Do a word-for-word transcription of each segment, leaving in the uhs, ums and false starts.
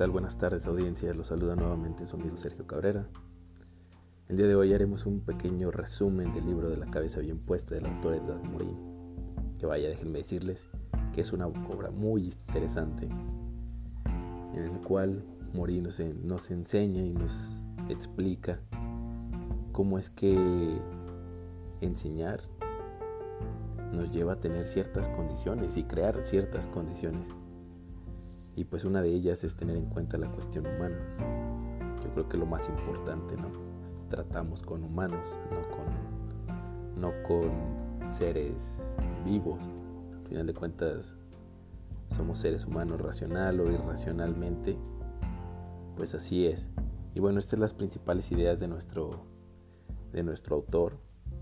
tal? Buenas tardes, audiencia. Los saluda nuevamente su amigo Sergio Cabrera. El día de hoy haremos un pequeño resumen del libro de La cabeza bien puesta del autor Edgar Morin. Que vaya, déjenme decirles que es una obra muy interesante en el cual Morin nos, nos enseña y nos explica cómo es que enseñar nos lleva a tener ciertas condiciones y crear ciertas condiciones. Y pues una de ellas es tener en cuenta la cuestión humana. Yo creo que lo más importante, ¿no? Tratamos con humanos, no con, no con seres vivos. Al final de cuentas, somos seres humanos, racional o irracionalmente. Pues así es. Y bueno, estas son las principales ideas de nuestro, de nuestro autor,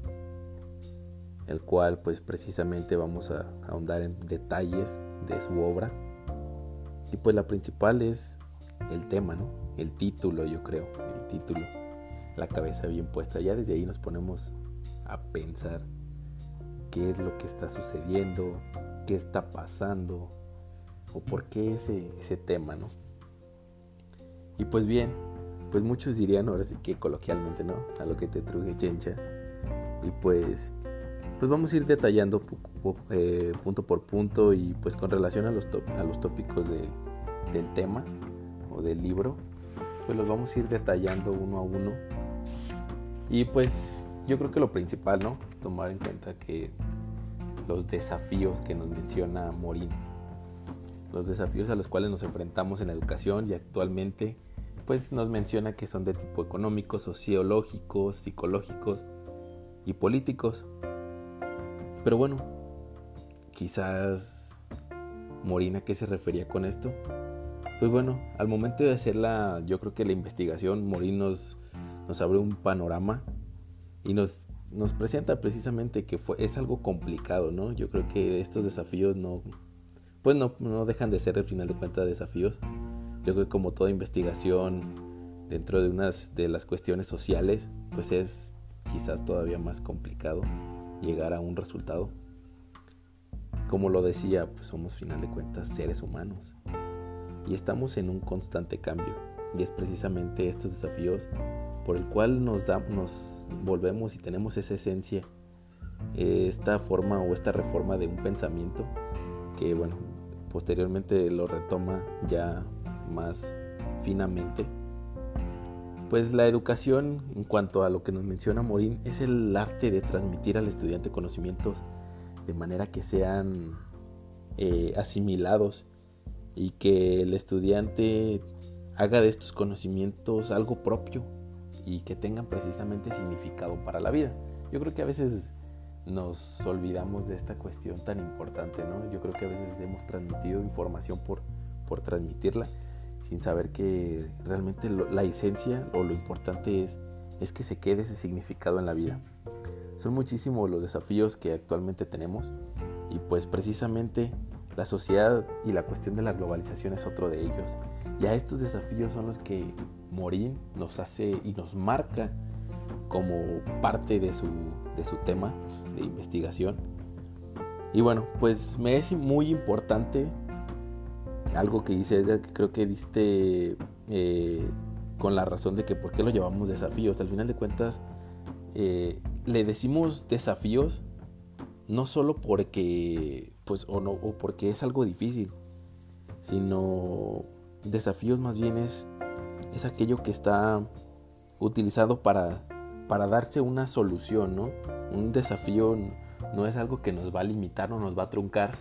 el cual pues precisamente vamos a ahondar en detalles de su obra. Y pues la principal es el tema, ¿no? El título, yo creo, el título, la cabeza bien puesta. Ya desde ahí nos ponemos a pensar qué es lo que está sucediendo, qué está pasando, o por qué ese, ese tema, ¿no? Y pues bien, pues muchos dirían, ahora sí que coloquialmente, ¿no? A lo que te truje chencha. Y pues, pues vamos a ir detallando eh, punto por punto y pues con relación a los, top, a los tópicos de, del tema o del libro, pues los vamos a ir detallando uno a uno. Y pues yo creo que lo principal, ¿no? Tomar en cuenta que los desafíos que nos menciona Morin, los desafíos a los cuales nos enfrentamos en la educación y actualmente, pues nos menciona que son de tipo económico, sociológicos, psicológicos y políticos. Pero bueno, quizás Morin, ¿a qué se refería con esto? Pues bueno, al momento de hacer la, yo creo que la investigación, Morin nos, nos abre un panorama y nos, nos presenta precisamente que fue, es algo complicado, ¿no? Yo creo que estos desafíos no, pues no, no dejan de ser al final de cuentas desafíos. Yo creo que como toda investigación dentro de unas de las cuestiones sociales, pues es quizás todavía más complicado llegar a un resultado. Como lo decía, pues somos final de cuentas seres humanos y estamos en un constante cambio, y es precisamente estos desafíos por el cual nos, da, nos volvemos y tenemos esa esencia, esta forma o esta reforma de un pensamiento que bueno, posteriormente lo retoma ya más finamente. Pues la educación, en cuanto a lo que nos menciona Morin, es el arte de transmitir al estudiante conocimientos de manera que sean eh, asimilados y que el estudiante haga de estos conocimientos algo propio y que tengan precisamente significado para la vida. Yo creo que a veces nos olvidamos de esta cuestión tan importante, ¿no? Yo creo que a veces hemos transmitido información por, por transmitirla, sin saber que realmente lo, la esencia o lo importante es, es que se quede ese significado en la vida. Son muchísimos los desafíos que actualmente tenemos y pues precisamente la sociedad y la cuestión de la globalización es otro de ellos. Y a estos desafíos son los que Morin nos hace y nos marca como parte de su, de su tema de investigación. Y bueno, pues me es muy importante algo que dice Edgar, que creo que diste eh, con la razón de que por qué lo llamamos desafíos. Al final de cuentas, eh, le decimos desafíos no solo porque pues o no o porque es algo difícil, sino desafíos más bien es, es aquello que está utilizado para, para darse una solución, ¿no? Un desafío no es algo que nos va a limitar o nos va a truncar,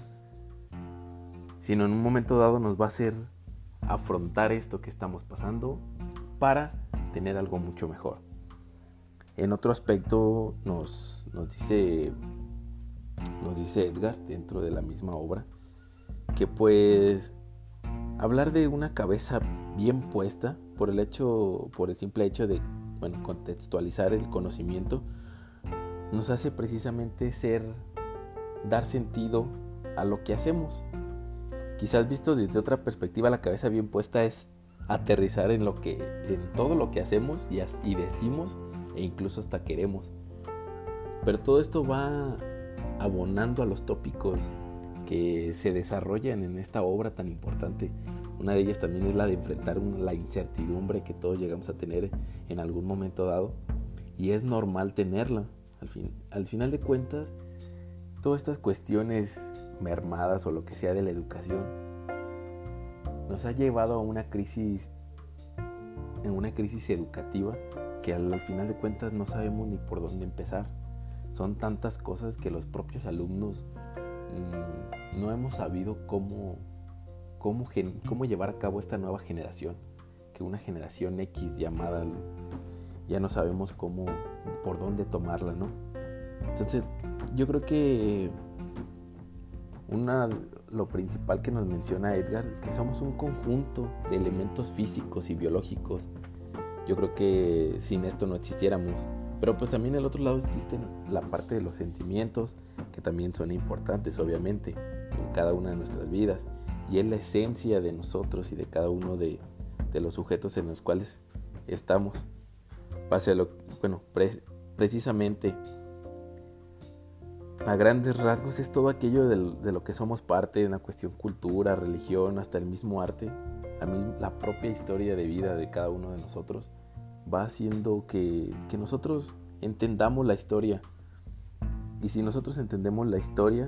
sino en un momento dado nos va a hacer afrontar esto que estamos pasando para tener algo mucho mejor. En otro aspecto nos, nos dice nos dice Edgar dentro de la misma obra que pues hablar de una cabeza bien puesta por el hecho, por el simple hecho de bueno, contextualizar el conocimiento nos hace precisamente ser, dar sentido a lo que hacemos. Quizás visto desde otra perspectiva, la cabeza bien puesta es aterrizar en lo que, en todo lo que hacemos y, y decimos e incluso hasta queremos. Pero todo esto va abonando a los tópicos que se desarrollan en esta obra tan importante, Una de ellas también es la de enfrentar un, la incertidumbre que todos llegamos a tener en algún momento dado. Y es normal tenerla. Al, fin, al final de cuentas, todas estas cuestiones mermadas o lo que sea de la educación nos ha llevado a una crisis, en una crisis educativa que al, al final de cuentas no sabemos ni por dónde empezar. Son tantas cosas que los propios alumnos mmm, no hemos sabido cómo, cómo, gen, cómo llevar a cabo esta nueva generación, que una generación X llamada, ya no sabemos cómo, por dónde tomarla, ¿no? Entonces, yo creo que una, lo principal que nos menciona Edgar, que somos un conjunto de elementos físicos y biológicos. Yo creo que sin esto no existiéramos. Pero pues también del otro lado existe la parte de los sentimientos, que también son importantes, obviamente, en cada una de nuestras vidas. Y es la esencia de nosotros y de cada uno de, de los sujetos en los cuales estamos. Pase a lo, bueno, pre, precisamente, a grandes rasgos es todo aquello de, de lo que somos parte, en la cuestión cultura, religión, hasta el mismo arte. La, la propia historia de vida de cada uno de nosotros va haciendo que, que nosotros entendamos la historia. Y si nosotros entendemos la historia,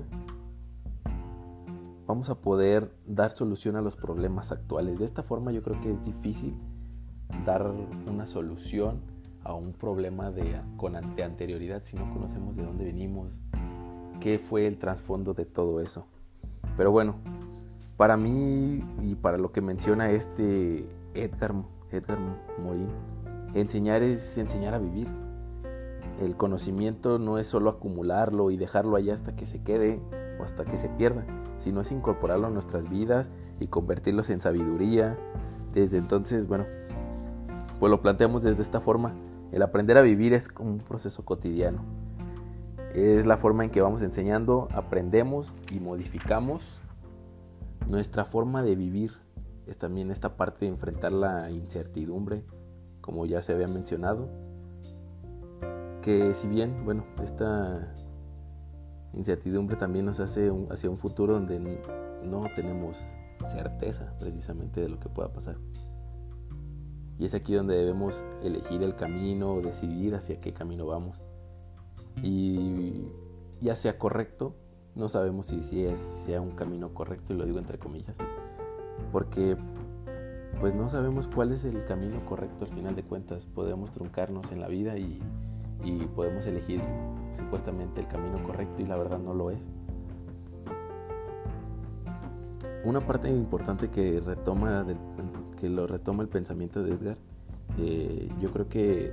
vamos a poder dar solución a los problemas actuales. De esta forma yo creo que es difícil dar una solución a un problema de, con de anterioridad si no conocemos de dónde venimos, qué fue el trasfondo de todo eso. Pero bueno, para mí y para lo que menciona este Edgar, Edgar Morin, enseñar es enseñar a vivir. El conocimiento no es solo acumularlo y dejarlo allá hasta que se quede o hasta que se pierda, sino es incorporarlo a nuestras vidas y convertirlos en sabiduría. Desde entonces, bueno, pues lo planteamos desde esta forma. El aprender a vivir es un proceso cotidiano. Es la forma en que vamos enseñando, aprendemos y modificamos nuestra forma de vivir. Es también esta parte de enfrentar la incertidumbre, como ya se había mencionado, que si bien, bueno, esta incertidumbre también nos hace un, hacia un futuro donde no tenemos certeza precisamente de lo que pueda pasar. Y es aquí donde debemos elegir el camino, decidir hacia qué camino vamos. Y ya sea correcto, no sabemos si, si es, sea un camino correcto, y lo digo entre comillas, porque pues no sabemos cuál es el camino correcto al final de cuentas. Podemos truncarnos en la vida y, y podemos elegir supuestamente el camino correcto y la verdad no lo es. Una parte importante que retoma del, que lo retoma el pensamiento de Edgar, eh, yo creo que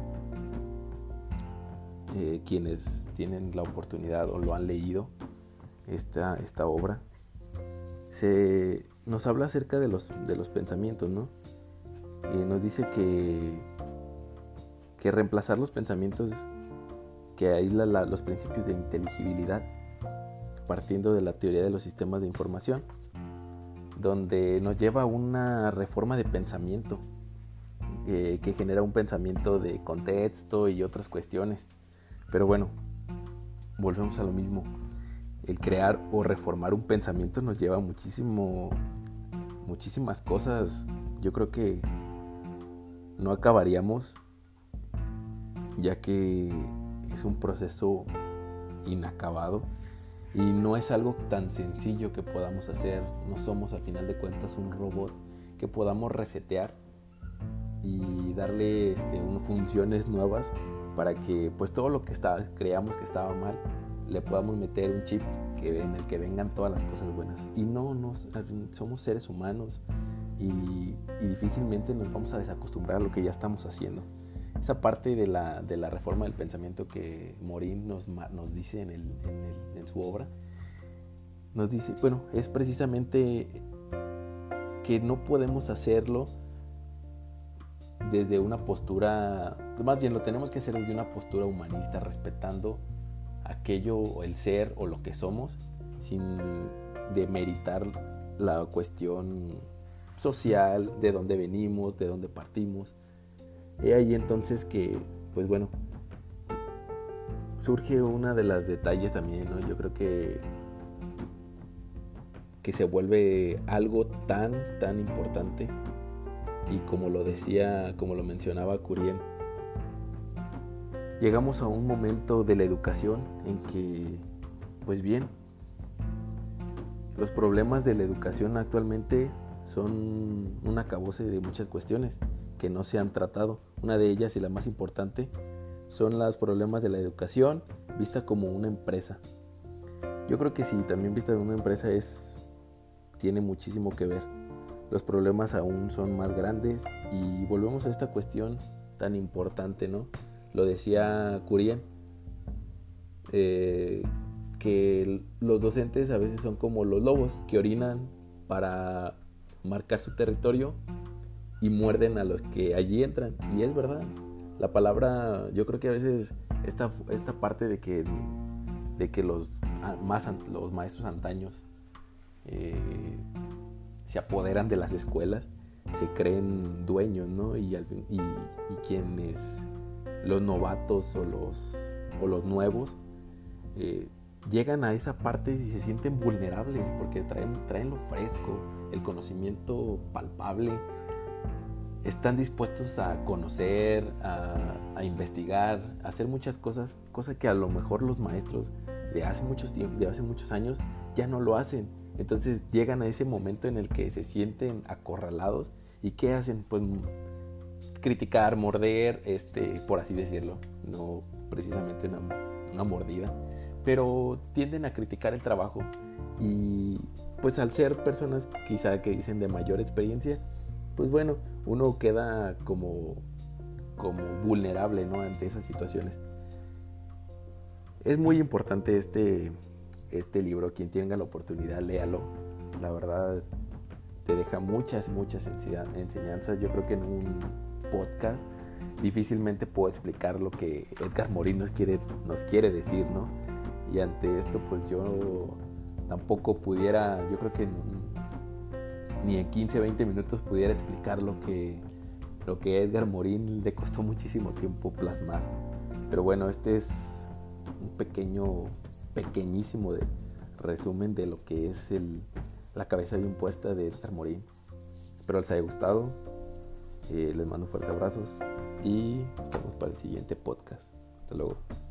eh, quienes tienen la oportunidad o lo han leído esta, esta obra, se nos habla acerca de los, de los pensamientos, ¿no? Eh, nos dice que, que reemplazar los pensamientos que aísla la, los principios de inteligibilidad, partiendo de la teoría de los sistemas de información, donde nos lleva a una reforma de pensamiento eh, que genera un pensamiento de contexto y otras cuestiones. Pero bueno, volvemos a lo mismo. El crear o reformar un pensamiento nos lleva a muchísimo, muchísimas cosas. Yo creo que no acabaríamos, ya que es un proceso inacabado y no es algo tan sencillo que podamos hacer. No somos al final de cuentas un robot que podamos resetear y darle este, un, funciones nuevas para que pues todo lo que está, creamos que estaba mal le podamos meter un chip que, en el que vengan todas las cosas buenas. Y no, no somos seres humanos y, y difícilmente nos vamos a desacostumbrar a lo que ya estamos haciendo. Esa parte de la, de la reforma del pensamiento que Morin nos, nos dice en, el, en, el, en su obra, nos dice, bueno, es precisamente que no podemos hacerlo desde una postura, más bien lo tenemos que hacer desde una postura humanista, respetando aquello, el ser o lo que somos, sin demeritar la cuestión social, de dónde venimos, de dónde partimos. He ahí entonces que, pues bueno, surge una de las detalles también, ¿no? Yo creo que que se vuelve algo tan, tan importante. Y como lo decía, como lo mencionaba Curien, llegamos a un momento de la educación en que, pues bien, los problemas de la educación actualmente son un acabose de muchas cuestiones que no se han tratado. Una de ellas, y la más importante, son los problemas de la educación vista como una empresa. Yo creo que sí, también vista de una empresa es, tiene muchísimo que ver. Los problemas aún son más grandes y volvemos a esta cuestión tan importante, ¿no? Lo decía Curien, eh, que los docentes a veces son como los lobos que orinan para marcar su territorio y muerden a los que allí entran. Y es verdad, la palabra, yo creo que a veces esta, esta parte de que, de que los, más, los maestros antaños eh, se apoderan de las escuelas, se creen dueños, ¿no? Y, y, y quienes, los novatos o los, o los nuevos, eh, llegan a esa parte y se sienten vulnerables porque traen, traen lo fresco, el conocimiento palpable, están dispuestos a conocer, a, a investigar, a hacer muchas cosas, cosas que a lo mejor los maestros de hace muchos tiempos, de hace muchos años ya no lo hacen. Entonces llegan a ese momento en el que se sienten acorralados y ¿qué hacen? Pues criticar, morder, este, por así decirlo, no precisamente una, una mordida, pero tienden a criticar el trabajo y pues al ser personas quizá que dicen de mayor experiencia, pues bueno, uno queda como, como vulnerable, ¿no? Ante esas situaciones. Es muy importante este, este libro, quien tenga la oportunidad, léalo. La verdad, te deja muchas, muchas enseñanzas. Yo creo que en un podcast difícilmente puedo explicar lo que Edgar Morin nos quiere, nos quiere decir, ¿no? Y ante esto, pues yo tampoco pudiera, yo creo que en, ni en quince, veinte minutos pudiera explicar lo que, lo que Edgar Morin le costó muchísimo tiempo plasmar. Pero bueno, este es un pequeño, pequeñísimo de resumen de lo que es el, la cabeza bien puesta de Edgar Morin. Espero les haya gustado. Eh, les mando fuertes abrazos y estamos para el siguiente podcast. Hasta luego.